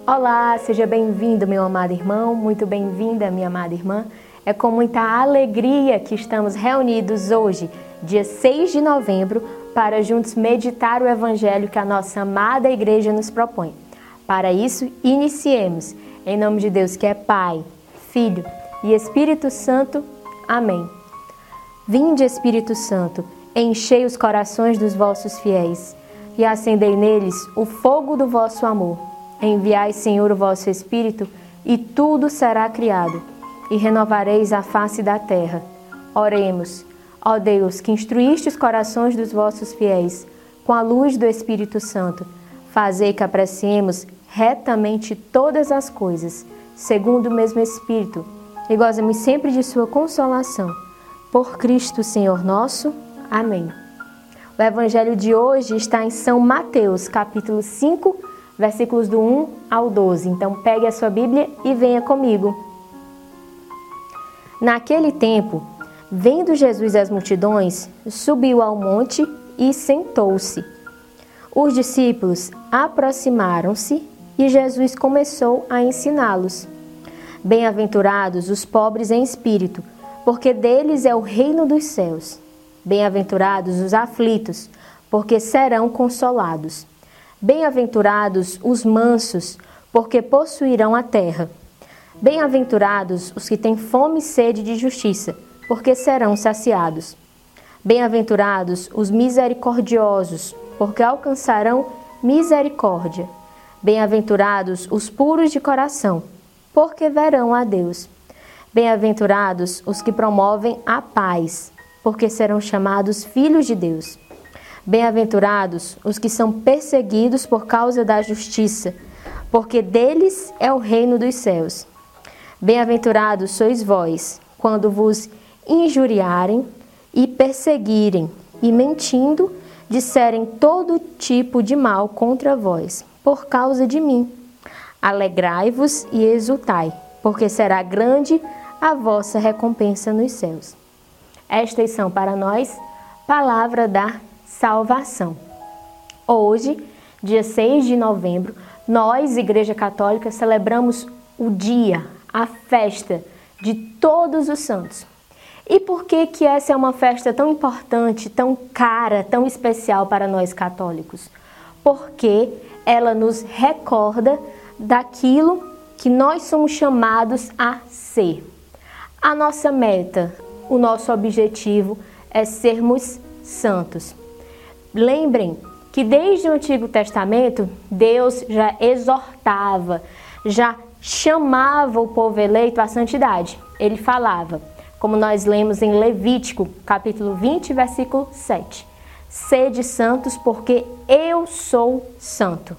Olá, seja bem-vindo, meu amado irmão, muito bem-vinda, minha amada irmã. É com muita alegria que estamos reunidos hoje, dia 6 de novembro, para juntos meditar o Evangelho que a nossa amada igreja nos propõe. Para isso, iniciemos, em nome de Deus que é Pai, Filho e Espírito Santo. Amém. Vinde, Espírito Santo, enchei os corações dos vossos fiéis e acendei neles o fogo do vosso amor. Enviai, Senhor, o vosso Espírito, e tudo será criado, e renovareis a face da terra. Oremos. Ó Deus, que instruíste os corações dos vossos fiéis, com a luz do Espírito Santo, fazei que apreciemos retamente todas as coisas, segundo o mesmo Espírito, e gozemos sempre de sua consolação. Por Cristo, Senhor nosso. Amém. O Evangelho de hoje está em São Mateus, capítulo 5, versículos do 1 ao 12. Então, pegue a sua Bíblia e venha comigo. Naquele tempo, vendo Jesus as multidões, subiu ao monte e sentou-se. Os discípulos aproximaram-se e Jesus começou a ensiná-los. Bem-aventurados os pobres em espírito, porque deles é o reino dos céus. Bem-aventurados os aflitos, porque serão consolados. Bem-aventurados os mansos, porque possuirão a terra. Bem-aventurados os que têm fome e sede de justiça, porque serão saciados. Bem-aventurados os misericordiosos, porque alcançarão misericórdia. Bem-aventurados os puros de coração, porque verão a Deus. Bem-aventurados os que promovem a paz, porque serão chamados filhos de Deus. Bem-aventurados os que são perseguidos por causa da justiça, porque deles é o reino dos céus. Bem-aventurados sois vós, quando vos injuriarem e perseguirem, e mentindo, disserem todo tipo de mal contra vós, por causa de mim. Alegrai-vos e exultai, porque será grande a vossa recompensa nos céus. Estas são para nós palavra da salvação. Hoje, dia 6 de novembro, nós, Igreja Católica, celebramos o dia, a festa de todos os santos. E por que essa é uma festa tão importante, tão cara, tão especial para nós católicos? Porque ela nos recorda daquilo que nós somos chamados a ser. A nossa meta, o nosso objetivo é sermos santos. Lembrem que desde o Antigo Testamento, Deus já exortava, já chamava o povo eleito à santidade. Ele falava, como nós lemos em Levítico, capítulo 20, versículo 7. Sede santos, porque eu sou santo.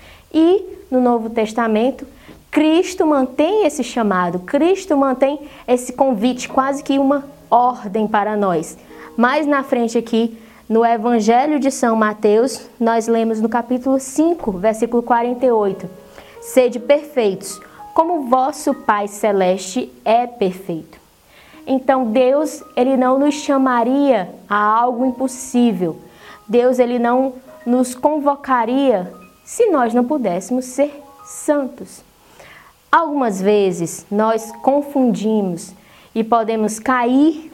E no Novo Testamento, Cristo mantém esse chamado, Cristo mantém esse convite, quase que uma ordem para nós. Mais na frente aqui, no Evangelho de São Mateus, nós lemos no capítulo 5, versículo 48. Sede perfeitos, como vosso Pai Celeste é perfeito. Então Deus, Ele não nos chamaria a algo impossível. Deus, Ele não nos convocaria se nós não pudéssemos ser santos. Algumas vezes nós confundimos e podemos cair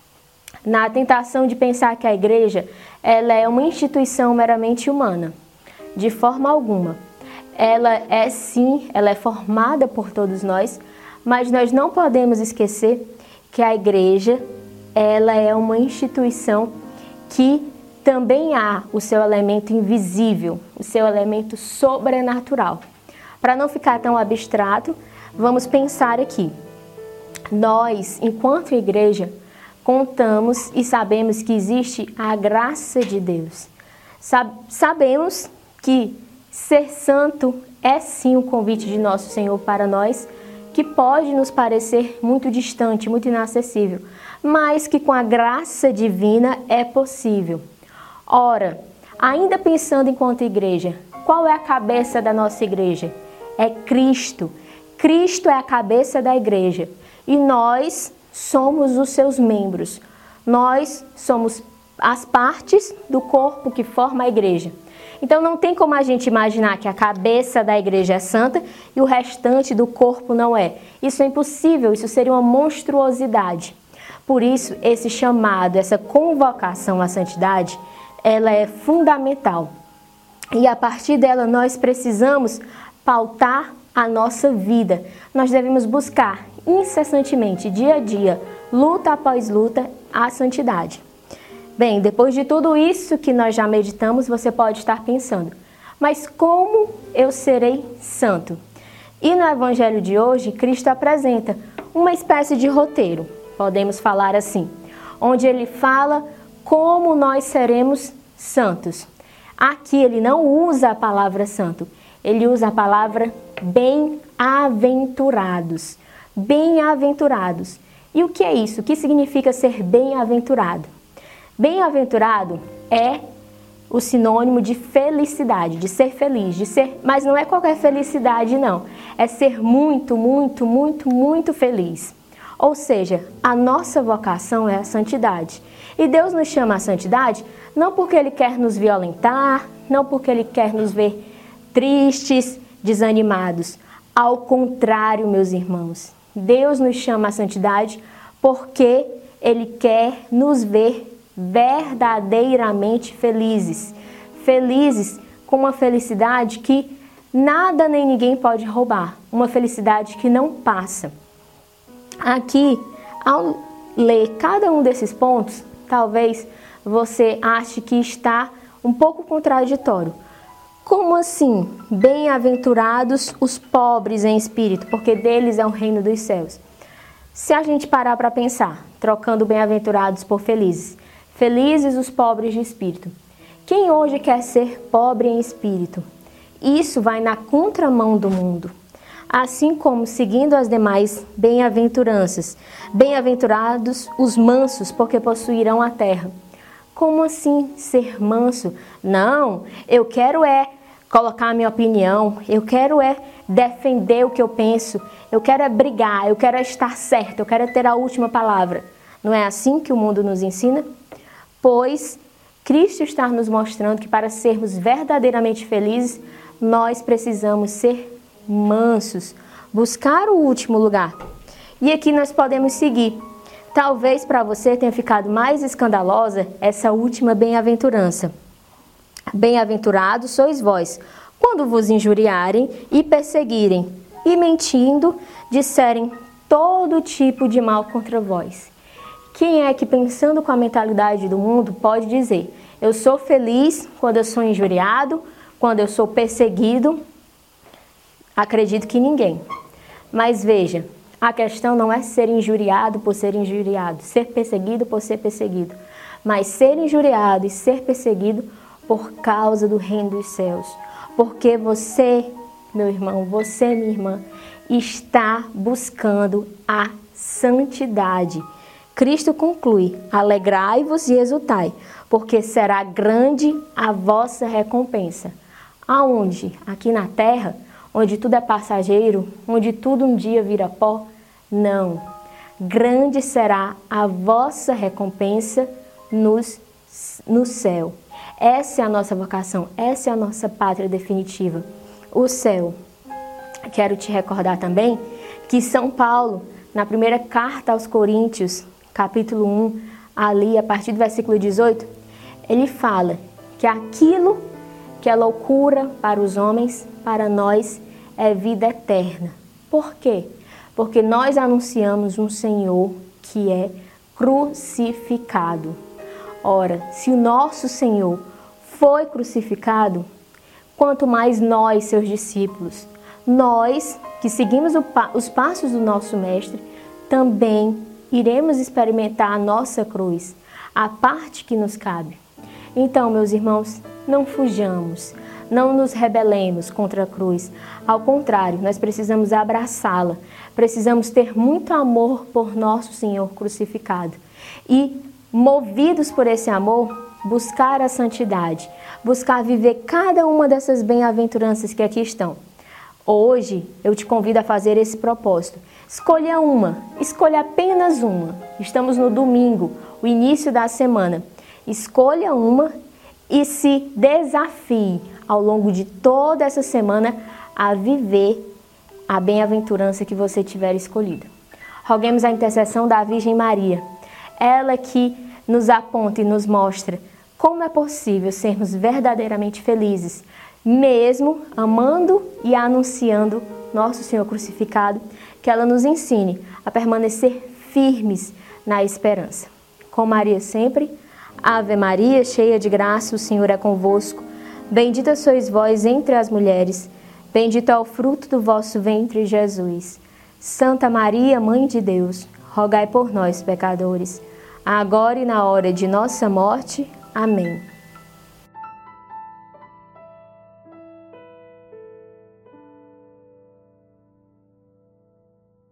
na tentação de pensar que a igreja ela é uma instituição meramente humana. De forma alguma. Ela é sim, ela é formada por todos nós, mas nós não podemos esquecer que a igreja ela é uma instituição que também há o seu elemento invisível, o seu elemento sobrenatural. Para não ficar tão abstrato, vamos pensar aqui. Nós, enquanto igreja, contamos e sabemos que existe a graça de Deus. Sabemos que ser santo é sim um convite de nosso Senhor para nós, que pode nos parecer muito distante, muito inacessível, mas que com a graça divina é possível. Ora, ainda pensando enquanto igreja, qual é a cabeça da nossa igreja? É Cristo. Cristo é a cabeça da igreja e nós somos os seus membros. Nós somos as partes do corpo que forma a igreja. Então não tem como a gente imaginar que a cabeça da igreja é santa e o restante do corpo não é. Isso é impossível, isso seria uma monstruosidade. Por isso, esse chamado, essa convocação à santidade, ela é fundamental. E a partir dela nós precisamos pautar a nossa vida. Nós devemos buscar incessantemente, dia a dia, luta após luta, a santidade. Bem, depois de tudo isso que nós já meditamos, você pode estar pensando, mas como eu serei santo? E no Evangelho de hoje, Cristo apresenta uma espécie de roteiro, podemos falar assim, onde ele fala como nós seremos santos. Aqui ele não usa a palavra santo, ele usa a palavra bem-aventurados. Bem-aventurados. E o que é isso? O que significa ser bem-aventurado? Bem-aventurado é o sinônimo de felicidade, de ser feliz, mas não é qualquer felicidade não, é ser muito, muito, muito, muito feliz. Ou seja, a nossa vocação é a santidade. E Deus nos chama à santidade não porque Ele quer nos violentar, não porque Ele quer nos ver tristes, desanimados. Ao contrário, meus irmãos, Deus nos chama à santidade porque Ele quer nos ver verdadeiramente felizes. Felizes com uma felicidade que nada nem ninguém pode roubar. Uma felicidade que não passa. Aqui, ao ler cada um desses pontos, talvez você ache que está um pouco contraditório. Como assim? Bem-aventurados os pobres em espírito, porque deles é o reino dos céus. Se a gente parar para pensar, trocando bem-aventurados por felizes, felizes os pobres de espírito. Quem hoje quer ser pobre em espírito? Isso vai na contramão do mundo. Assim como seguindo as demais bem-aventuranças. Bem-aventurados os mansos, porque possuirão a terra. Como assim ser manso? Não, eu quero colocar a minha opinião, eu quero defender o que eu penso, eu quero brigar, eu quero estar certo, eu quero ter a última palavra. Não é assim que o mundo nos ensina? Pois Cristo está nos mostrando que para sermos verdadeiramente felizes, nós precisamos ser mansos, buscar o último lugar. E aqui nós podemos seguir. Talvez para você tenha ficado mais escandalosa essa última bem-aventurança. Bem-aventurados sois vós, quando vos injuriarem e perseguirem, e mentindo, disserem todo tipo de mal contra vós. Quem é que, pensando com a mentalidade do mundo, pode dizer, eu sou feliz quando eu sou injuriado, quando eu sou perseguido? Acredito que ninguém. Mas veja, a questão não é ser injuriado por ser injuriado, ser perseguido por ser perseguido, mas ser injuriado e ser perseguido por causa do reino dos céus. Porque você, meu irmão, você, minha irmã, está buscando a santidade. Cristo conclui, alegrai-vos e exultai, porque será grande a vossa recompensa. Aonde? Aqui na terra? Onde tudo é passageiro, onde tudo um dia vira pó? Não. Grande será a vossa recompensa no céu. Essa é a nossa vocação, essa é a nossa pátria definitiva, o céu. Quero te recordar também que São Paulo, na primeira carta aos Coríntios, capítulo 1, ali a partir do versículo 18, ele fala que aquilo que é loucura para os homens, para nós é vida eterna. Por quê? Porque nós anunciamos um Senhor que é crucificado. Ora, se o nosso Senhor foi crucificado, quanto mais nós, seus discípulos, nós que seguimos os passos do nosso Mestre, também iremos experimentar a nossa cruz, a parte que nos cabe. Então, meus irmãos, não fujamos, não nos rebelemos contra a cruz. Ao contrário, nós precisamos abraçá-la, precisamos ter muito amor por nosso Senhor crucificado. E, movidos por esse amor, buscar a santidade, buscar viver cada uma dessas bem-aventuranças que aqui estão. Hoje, eu te convido a fazer esse propósito. Escolha uma, escolha apenas uma. Estamos no domingo, o início da semana. Escolha uma e se desafie ao longo de toda essa semana a viver a bem-aventurança que você tiver escolhido. Roguemos a intercessão da Virgem Maria, ela que nos aponta e nos mostra como é possível sermos verdadeiramente felizes, mesmo amando e anunciando nosso Senhor crucificado, que ela nos ensine a permanecer firmes na esperança. Com Maria sempre, Ave Maria, cheia de graça, o Senhor é convosco. Bendita sois vós entre as mulheres, bendito é o fruto do vosso ventre, Jesus. Santa Maria, Mãe de Deus, rogai por nós, pecadores, agora e na hora de nossa morte. Amém.